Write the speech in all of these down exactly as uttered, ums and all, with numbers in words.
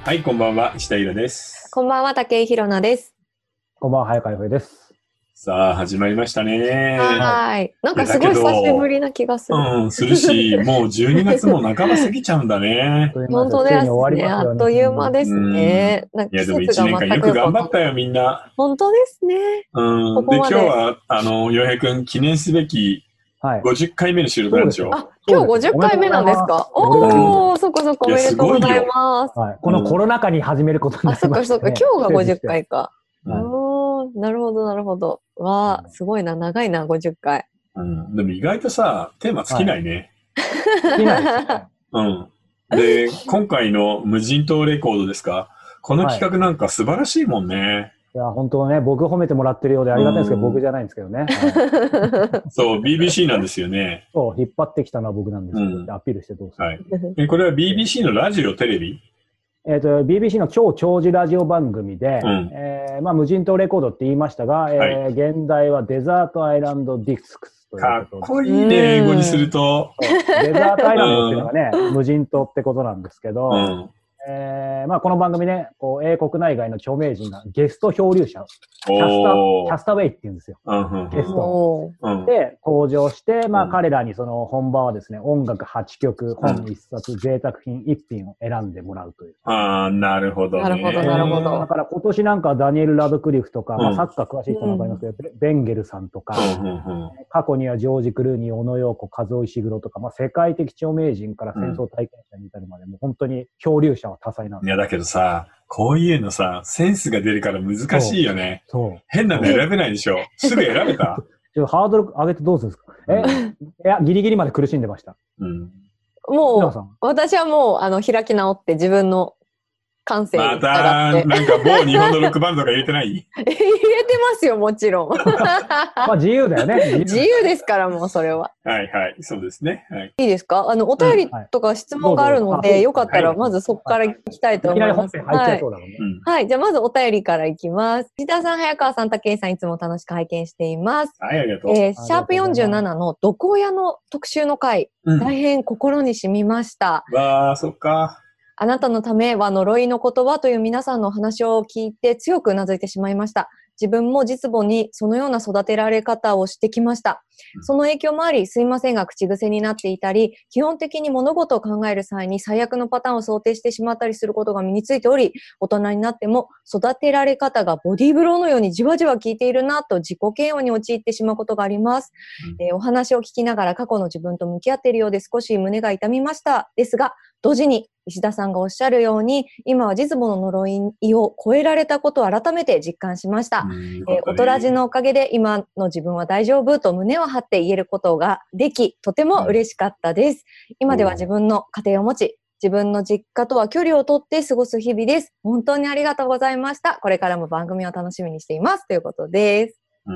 はい、こんばんは、石田ゆらです。 こんばんは、竹井ひろなです。 こんばんは、早川洋平です。 さあ、始まりましたね。 はーい。なんかすごい久しぶりな気がする。 うん、するし、もうじゅうにがつも半ば過ぎちゃうんだね。 本当ですね。あっという間ですね。 いや、でもいちねんかんよく頑張ったよ、みんな。 本当ですね。 うん。で、今日は、あの、洋平くん、記念すべきごじゅっかいめの収録なんでしょ。 あ、今日ごじゅっかいめなんですか。おー、そこそこおめでとうございます。 このコロナ禍に始めることになりましたね。 あ、そっかそっか、今日がごじゅっかいか。おー、なるほど、なるほど。わー、すごいな、長いな、ごじゅっかい。 うん。でも意外とさ、テーマ尽きないね。 尽きないですね。 うん。で、今回の無人島レコードですか。この企画なんか素晴らしいもんね。 いや、本当ね、僕褒めてもらってるようでありがたいんですけど、僕じゃないんですけどね。 そう、ビービーシー なんですよね。 そう、引っ張ってきたのは僕なんですけど、アピールしてどうする。 はい。え、これは ビービーシー のラジオ、テレビ？ えっと、ビービーシー の超長寿ラジオ番組で、えまあ、無人島レコードって言いましたが、え現代はデザートアイランドディスクスというかっこいいね、英語にすると。 デザートアイランドっていうのがね、無人島ってことなんですけど、えー、まあこの番組ね、こう英国内外の著名人がゲスト漂流者、キャスター、キャスタウェイって言うんですよ。ゲストで登場して、まあ彼らにその本場はですね、音楽はちきょく、本いっさつ、贅沢品いっぴんを選んでもらうという。 ああ、なるほどね。 なるほど、なるほど。 だから今年なんかダニエル・ラドクリフとか、まあサッカー詳しい人なんかいますけど、ベンゲルさんとか、過去にはジョージ・クルーニー、小野洋子、和尾石黒とか、まあ世界的著名人から戦争体験者に至るまで、もう本当に漂流者は多彩なんです。 いや、だけどさ、こういうのさ、センスが出るから難しいよね。そう。変なの選べないでしょ。すぐ選べた？ ちょハードル上げてどうするんですか？え、いや、ギリギリまで苦しんでました。 うん。 もう、私はもう、あの、開き直って自分の感性にまた、なんか某日本のロックバンドが入れてない？ 入れてますよ、もちろん。 まあ自由だよね。 自由ですから、もうそれは。 はいはい、そうですね。はい、 いいですか？あの、お便りとか質問があるので、よかったらまずそこから行きたいと思います。はい。はい。じゃあまずお便りからいきます。石田さん、早川さん、武井さん、いつも楽しく拝見しています。 はい、ありがとう。 えー、シャープよんじゅうななの毒親の特集の回、大変心に染みました。 わー、そっか。 あなたのためは呪いの言葉という皆さんの話を聞いて強くうなずいてしまいました。自分も実母にそのような育てられ方をしてきました。その影響もあり、すいませんが口癖になっていたり、基本的に物事を考える際に最悪のパターンを想定してしまったりすることが身についており、大人になっても育てられ方がボディーブローのようにじわじわ効いているなと自己嫌悪に陥ってしまうことがあります。うん、えー、お話を聞きながら過去の自分と向き合っているようで少し胸が痛みました。ですが、同時に石田さんがおっしゃるように、今は実母の呪いを超えられたことを改めて実感しました。えー、おとらじのおかげで今の自分は大丈夫と胸を張って言えることができ、とても嬉しかったです。今では自分の家庭を持ち、自分の実家とは距離をとって過ごす日々です。本当にありがとうございました。これからも番組を楽しみにしています。ということです。 うん、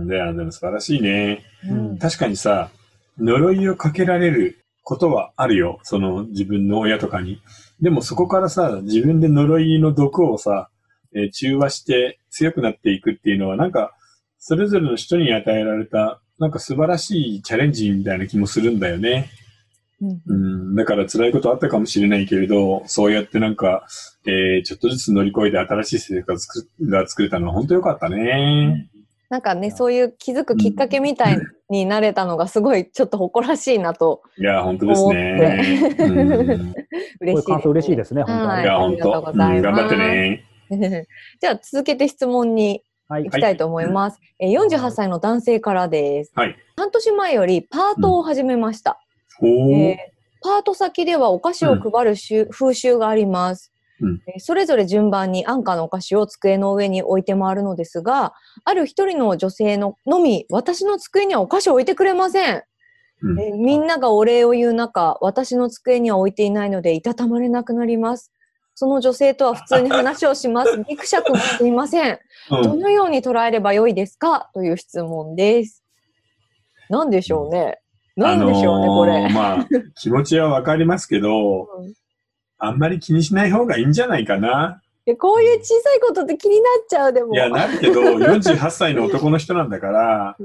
でも素晴らしいね。うん、確かにさ、呪いをかけられることはあるよ。その自分の親とかに。でもそこからさ、自分で呪いの毒をさ、えー、中和して強くなっていくっていうのはなんか、それぞれの人に与えられた、なんか素晴らしいチャレンジみたいな気もするんだよね。うん、うん、だから辛いことあったかもしれないけれど、そうやってなんか、えー、ちょっとずつ乗り越えて新しい生活が作れたのは本当良かったね。 なんかね、そういう気づくきっかけみたいになれたのがすごいちょっと誇らしいなと思って。 いや、本当ですね。うん、 嬉しいですね。 嬉しいですね、本当に。 はい、 いや、本当。うん、頑張ってね。 じゃあ続けて質問に行きたいと思います。はい、よんじゅうはっさいの男性からです。はい、半年前よりパートを始めました。うんえー、パート先ではお菓子を配る、うん、風習があります。うん、それぞれ順番に安価のお菓子を机の上に置いて回るのですが、ある一人の女性ののみ私の机にはお菓子を置いてくれません。うんえー、みんながお礼を言う中、私の机には置いていないのでいたたまれなくなります。その女性とは普通に話をします。ギクシャクもしていません。うん、どのように捉えればよいですかという質問です。何でしょうね。何でしょうね、これ。 あのー、まあ、気持ちはわかりますけど、うんあんまり気にしない方がいいんじゃないかな。 いやこういう小さいことって気になっちゃう、でも。 いや、なるけど、よんじゅうはっさいの男の人なんだから、うん、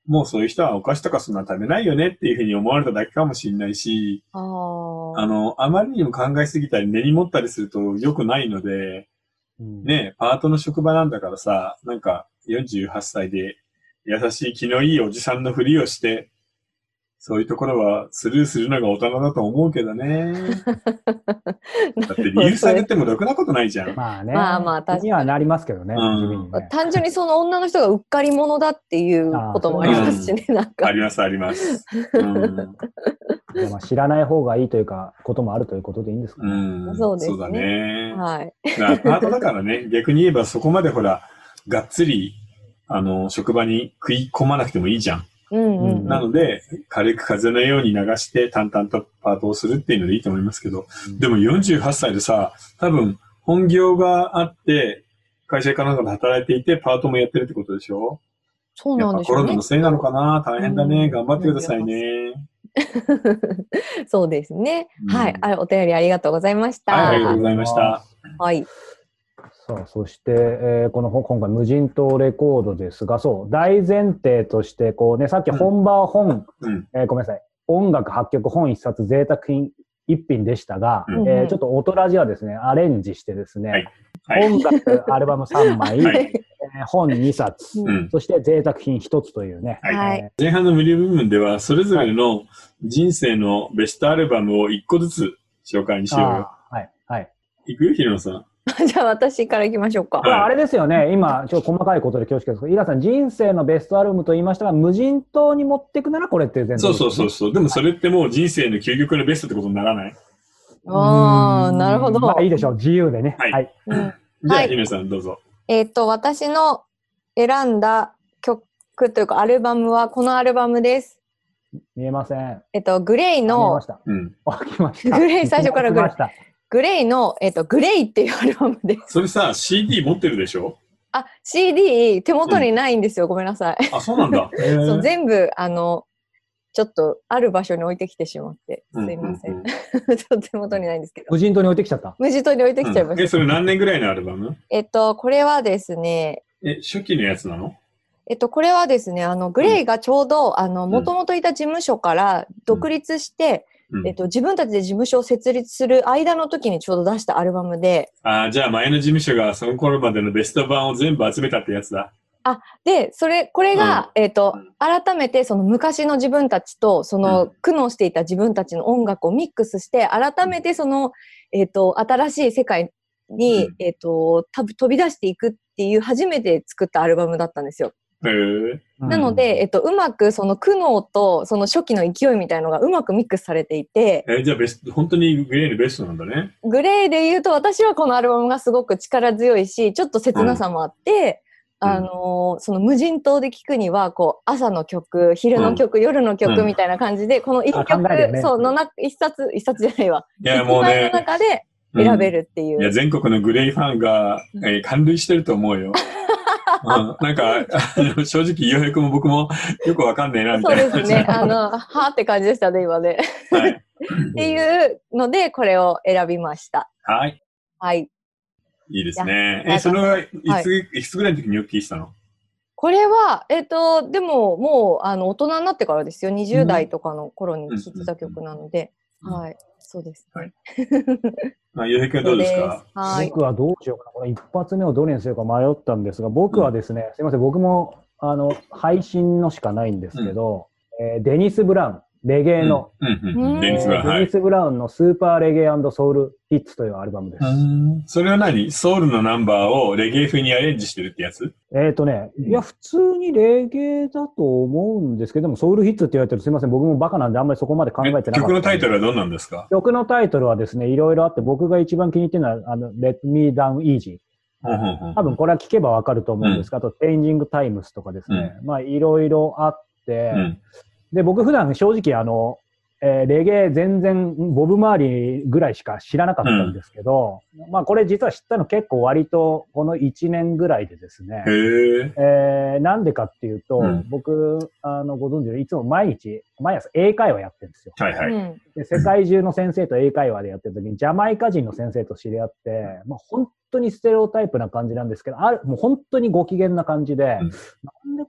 もうそういう人はお菓子とかそんな食べないよねっていうふうに思われただけかもしれないし、 ああの、あまりにも考えすぎたり根に持ったりすると良くないので、うん、ね、パートの職場なんだからさ、なんかよんじゅうはっさいで優しい気のいいおじさんのふりをして、そういうところはスルーするのが大人だと思うけどね。だって理由探ってもろくなことないじゃん。 まあね。 まあまあ確かに。 にはなりますけどね。 うんね、単純にその女の人がうっかり者だっていうこともありますしね、なんか。 ありますあります。うん、 でも知らない方がいいというか、こともあるということでいいんですかね。 うん、そうですね。 そうだね。 はい。 パートだからね、逆に言えばそこまでほら、がっつり、あの、職場に食い込まなくてもいいじゃん。 うんうん、 なので、軽く風のように流して淡々とパートをするっていうのでいいと思いますけど、うん、でもよんじゅうはっさいでさ、多分本業があって、会社かなんかで働いていて、パートもやってるってことでしょ？ そうなんでしょうね。 やっぱコロナのせいなのかな？大変だね、うん。頑張ってくださいね。 そうですね。うん、はい。あ、お便りありがとうございました。 はい、ありがとうございました。 はい。 さあ、そして、えー、この今回無人島レコードですが、そう、大前提として、こうね、さっき本場本、うんえー、ごめんなさい、音楽はっきょく本一冊贅沢品一品でしたが、うんえー、ちょっとオトラジはですね、アレンジしてですね、はいはい、音楽アルバムさんまい、はいえー、本にさつ、うん、そして贅沢品ひとつというね、 はいえー。前半の無料部分では、それぞれの人生のベストアルバムをいっこずつ紹介にしようよ。 はい、はい。 いくよ、平野さん。 じゃあ私から行きましょうか。 これあれですよね。今、ちょっと細かいことで恐縮ですけど、イラさん、人生のベストアルバムと言いましたが、無人島に持っていくならこれって全然、 ね。そうそうそうそう。でもそれってもう人生の究極のベストってことにならない？ ああ、なるほど。 まあいいでしょう。自由でね。 はい。はいうん、じゃあ、ひめさんどうぞ。 えっと、私の選んだ曲というかアルバムはこのアルバムです。 見えません。 えっと、グレイの、 見えました。うん。あ、来ました。 グレイ、最初からグレイ。グレイの、えっと、グレイっていうアルバムです。 それさ、シーディー 持ってるでしょ？ あ、シーディー 手元にないんですよ。うん、ごめんなさい。 あ、そうなんだ。 そう全部、あの、ちょっとある場所に置いてきてしまって、すいません。うんうんうん、ちょっと手元にないんですけど。 無人島に置いてきちゃった？ 無人島に置いてきちゃいました。 うん、え、それ何年ぐらいのアルバム？ えっと、これはですね。 え、初期のやつなの？ えっと、これはですね、あの、グレイがちょうど、うん、あの、もともといた事務所から独立して、うん、えっと、自分たちで事務所を設立する間の時にちょうど出したアルバムで。 ああ、じゃあ前の事務所がその頃までのベスト版を全部集めたってやつだ。 あ、で、それ、これが、うん、えっと、改めてその昔の自分たちと、その苦悩していた自分たちの音楽をミックスして、改めてその、えっと、新しい世界に、うん、えっと、飛び出していくっていう初めて作ったアルバムだったんですよ。 へー。 なので、えっと、うまくその苦悩とその初期の勢いみたいのがうまくミックスされていて。 えー、じゃあベスト、本当にグレーのベストなんだね。 グレーで言うと私はこのアルバムがすごく力強いし、ちょっと切なさもあって、うん、あのー、その無人島で聴くには、こう、朝の曲、昼の曲、うん、夜の曲みたいな感じで、この一曲、ね、そう、のな、一冊、一冊じゃないわ。 いや、もうね。 一枚の中で選べるっていう。 うん、いや、全国のグレイファンが、えー、感涙してると思うよ。うん、なんか、正直、洋平君も僕もよくわかんねえな、みたいな。 そうですね。あの、はーって感じでしたね、今ね。はい。っていうので、これを選びました。 はい。 はい。 いいですね。え、それはいつ、はい、いつぐらいの時によく聞いてたの？ これは、えっと、でも、もう、あの、大人になってからですよ。にじゅう代とかの頃に聴いてた曲なので、うん、はい。そうですね。 はい。洋平君どうですか？ はい。 僕はどうしようかな。これ一発目をどれにするか迷ったんですが、僕はですね、うん、すいません、僕も、あの、配信のしかないんですけど、うんえー、デニス・ブラウン。レゲエの、 デニス・ブラウン、 デニス・ブラウンのスーパーレゲエ&ソウルヒッツというアルバムです。 それは何？ソウルのナンバーをレゲエ風にアレンジしてるってやつ？ えっとね、いや、普通にレゲエだと思うんですけども、ソウルヒッツって言われてるすいません、僕もバカなんであんまりそこまで考えてなかった。 曲のタイトルはどうなんですか？ 曲のタイトルはですね、いろいろあって、僕が一番気に入ってるのは、あの、Let Me Down Easy。多分これは聞けばわかると思うんですが、うん、あと、Changing Times とかですね、うん、まあ、いろいろあって、うんで、僕普段正直あの、えー、レゲエ全然ボブ周りぐらいしか知らなかったんですけど、うん、まあこれ実は知ったの結構割とこのいちねんぐらいでですね、 へーえー、なんでかっていうと、うん、僕、あの、ご存知でいつも毎日、毎朝英会話やってるんですよ。 はいはい。 で世界中の先生と英会話でやってる時にジャマイカ人の先生と知り合って、まあ本当にステレオタイプな感じなんですけど、ある、もう本当にご機嫌な感じで、うん、なんでこ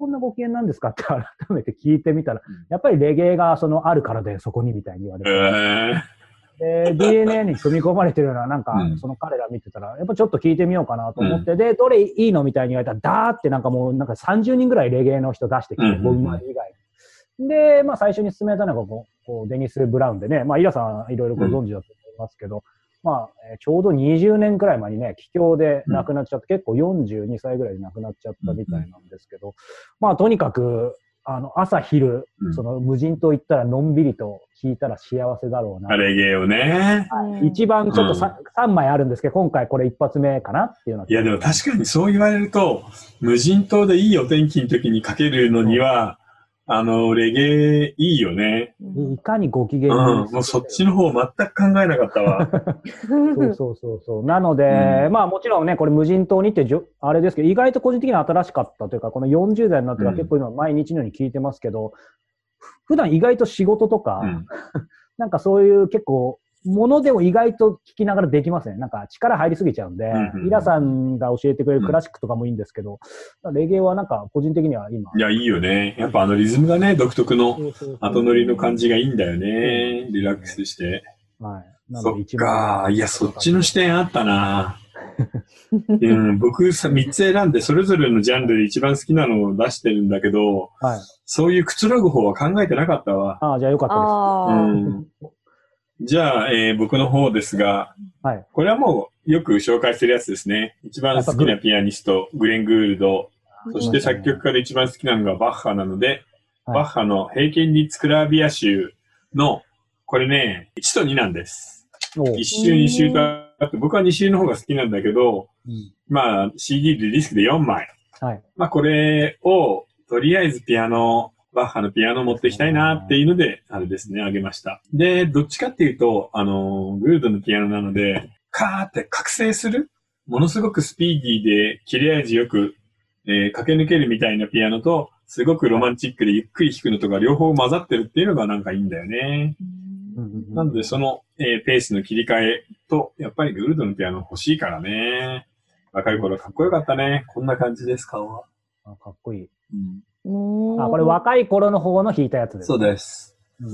こんなご機嫌なんですかって改めて聞いてみたら、やっぱりレゲエがそのあるからでそこにみたいに言われて。 えーで、ディーエヌエー に組み込まれてるような、なんか、その彼ら見てたら、やっぱちょっと聞いてみようかなと思って、うん、で、どれいいのみたいに言われたら、ダーってなんかもう、なんかさんじゅうにんぐらいレゲエの人出してきて、ボブマリ以外。で、まあ最初に進めたのがこう、こうデニス・ブラウンでね、まあイラさんいろいろご存知だと思いますけど、うん、まあ、えー、ちょうどにじゅうねんくらい前にね、帰郷で亡くなっちゃって、うん、結構よんじゅうにさいぐらいで亡くなっちゃったみたいなんですけど、うん、まあとにかく、あの、朝昼、うん、その無人島行ったらのんびりと聞いたら幸せだろうな。 レゲエをね。 はい。一番ちょっと 3,、うん、さんまいあるんですけど、今回これ一発目かなっていうのは。 いやでも確かにそう言われると、無人島でいいお天気の時にかけるのには、あの、レゲエいいよね。 いかにご機嫌に、 うん。もうそっちの方全く考えなかったわ。 そうそうそうそう。なので、うん、まあもちろんね、これ無人島にってじょ、あれですけど、意外と個人的には新しかったというか、このよんじゅう代になってから結構今毎日のように聞いてますけど、うん、普段意外と仕事とか、うん、なんかそういう結構、ものでも意外と聞きながらできますね。なんか力入りすぎちゃうんで、うんうん、イラさんが教えてくれるクラシックとかもいいんですけど、うん、レゲエはなんか個人的には今。 いや、いいよね。やっぱあのリズムがね、独特の後乗りの感じがいいんだよね。リラックスして。 はい。 なので一番そっか。いや、そっちの視点あったなうん、僕さ、みっつ選んで、それぞれのジャンルで一番好きなのを出してるんだけど、はい、そういうくつろぐ方は考えてなかったわ。 ああ、じゃあよかったです。うんじゃあ、えー、僕の方ですが、はい、これはもうよく紹介するやつですね。一番好きなピアニスト、グレン・グールド。そして作曲家で一番好きなのがバッハなので、はい、バッハの平均律クラビア集の、これね、いちとになんです。いっ週、に週とあって、僕はに週の方が好きなんだけど、うん、まあ シーディー でディスクでよんまい。はい、まあこれを、とりあえずピアノ、バッハのピアノを持っていきたいなっていうので、あれですね、あげました。で、どっちかっていうと、あの、グールドのピアノなので、カーって覚醒するものすごくスピーディーで、切れ味よく、えー、駆け抜けるみたいなピアノと、すごくロマンチックでゆっくり弾くのとか両方混ざってるっていうのがなんかいいんだよね。なので、その、えー、ペースの切り替えと、やっぱりグールドのピアノ欲しいからね。若い頃かっこよかったね。こんな感じです、顔は。 あ、かっこいい。 うんあ、これ若い頃の方の弾いたやつです、 ね。そうです。うん、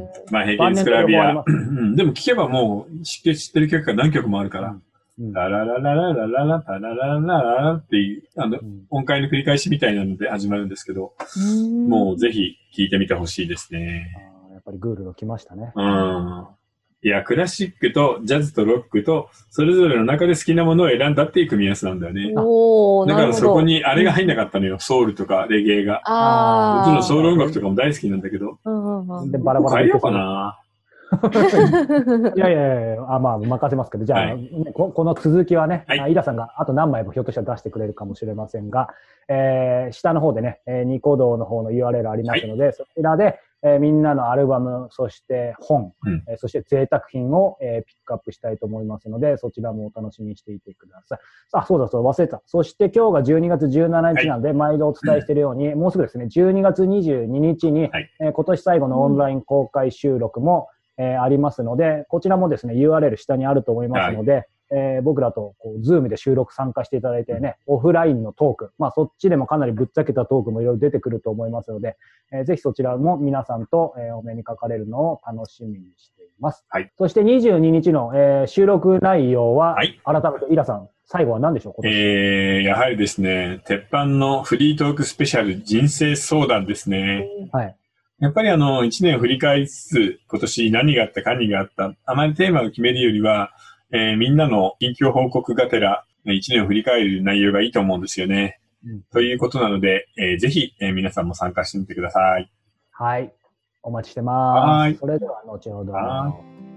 まあ、平均スクラビア。でも聞けばもう、知ってる曲が何曲もあるから、うん、ラララララララララララララっていう、あの、うん、音階の繰り返しみたいなので始まるんですけど、もうぜひ聴いてみてほしいですね。 あ、やっぱりグールド来ましたね。 うん。いや、クラシックとジャズとロックと、それぞれの中で好きなものを選んだっていう組み合わせなんだよね。 おー、 だからそこにあれが入んなかったのよ。ソウルとかレゲエが。ああ。もちろんソウル音楽とかも大好きなんだけど。 うんうんうん。 で、バラバラ変えようかな。 いやいやいや、あ、まあ、任せますけど、じゃあ、はい、こ, この続きはね、はい、イラさんがあと何枚もひょっとしたら出してくれるかもしれませんが、えー、下の方でね、えー、ニコ動の方の ユーアールエル ありますので、はい、そちらで、えー、みんなのアルバム、そして本、うんえー、そして贅沢品を、えー、ピックアップしたいと思いますので、そちらもお楽しみにしていてください。あ、そうだそうだ、忘れた。そして今日がじゅうにがつじゅうしちにちなので、はい、毎度お伝えしているように、うん、もうすぐですね、じゅうにがつにじゅうににちに、はいえー、今年最後のオンライン公開収録も、えー、ありますので、こちらもですね、ユーアールエル 下にあると思いますので、はいえー、僕らとこう、ズームで収録参加していただいてね、オフラインのトーク、まあそっちでもかなりぶっちゃけたトークもいろいろ出てくると思いますので、えー、ぜひそちらも皆さんと、えー、お目にかかれるのを楽しみにしています。はい。そしてにじゅうににちの、えー、収録内容は、はい、改めてイラさん、最後は何でしょう？ えー、やはりですね、鉄板のフリートークスペシャル人生相談ですね。はい。やっぱりあの、一年を振り返りつつ、今年何があった、何があった、あまりテーマを決めるよりは、えー、みんなの近況報告がてら、一年を振り返る内容がいいと思うんですよね。うん、ということなので、えー、ぜひ、えー、皆さんも参加してみてください。 はい。お待ちしてます。はい。それでは後ほど。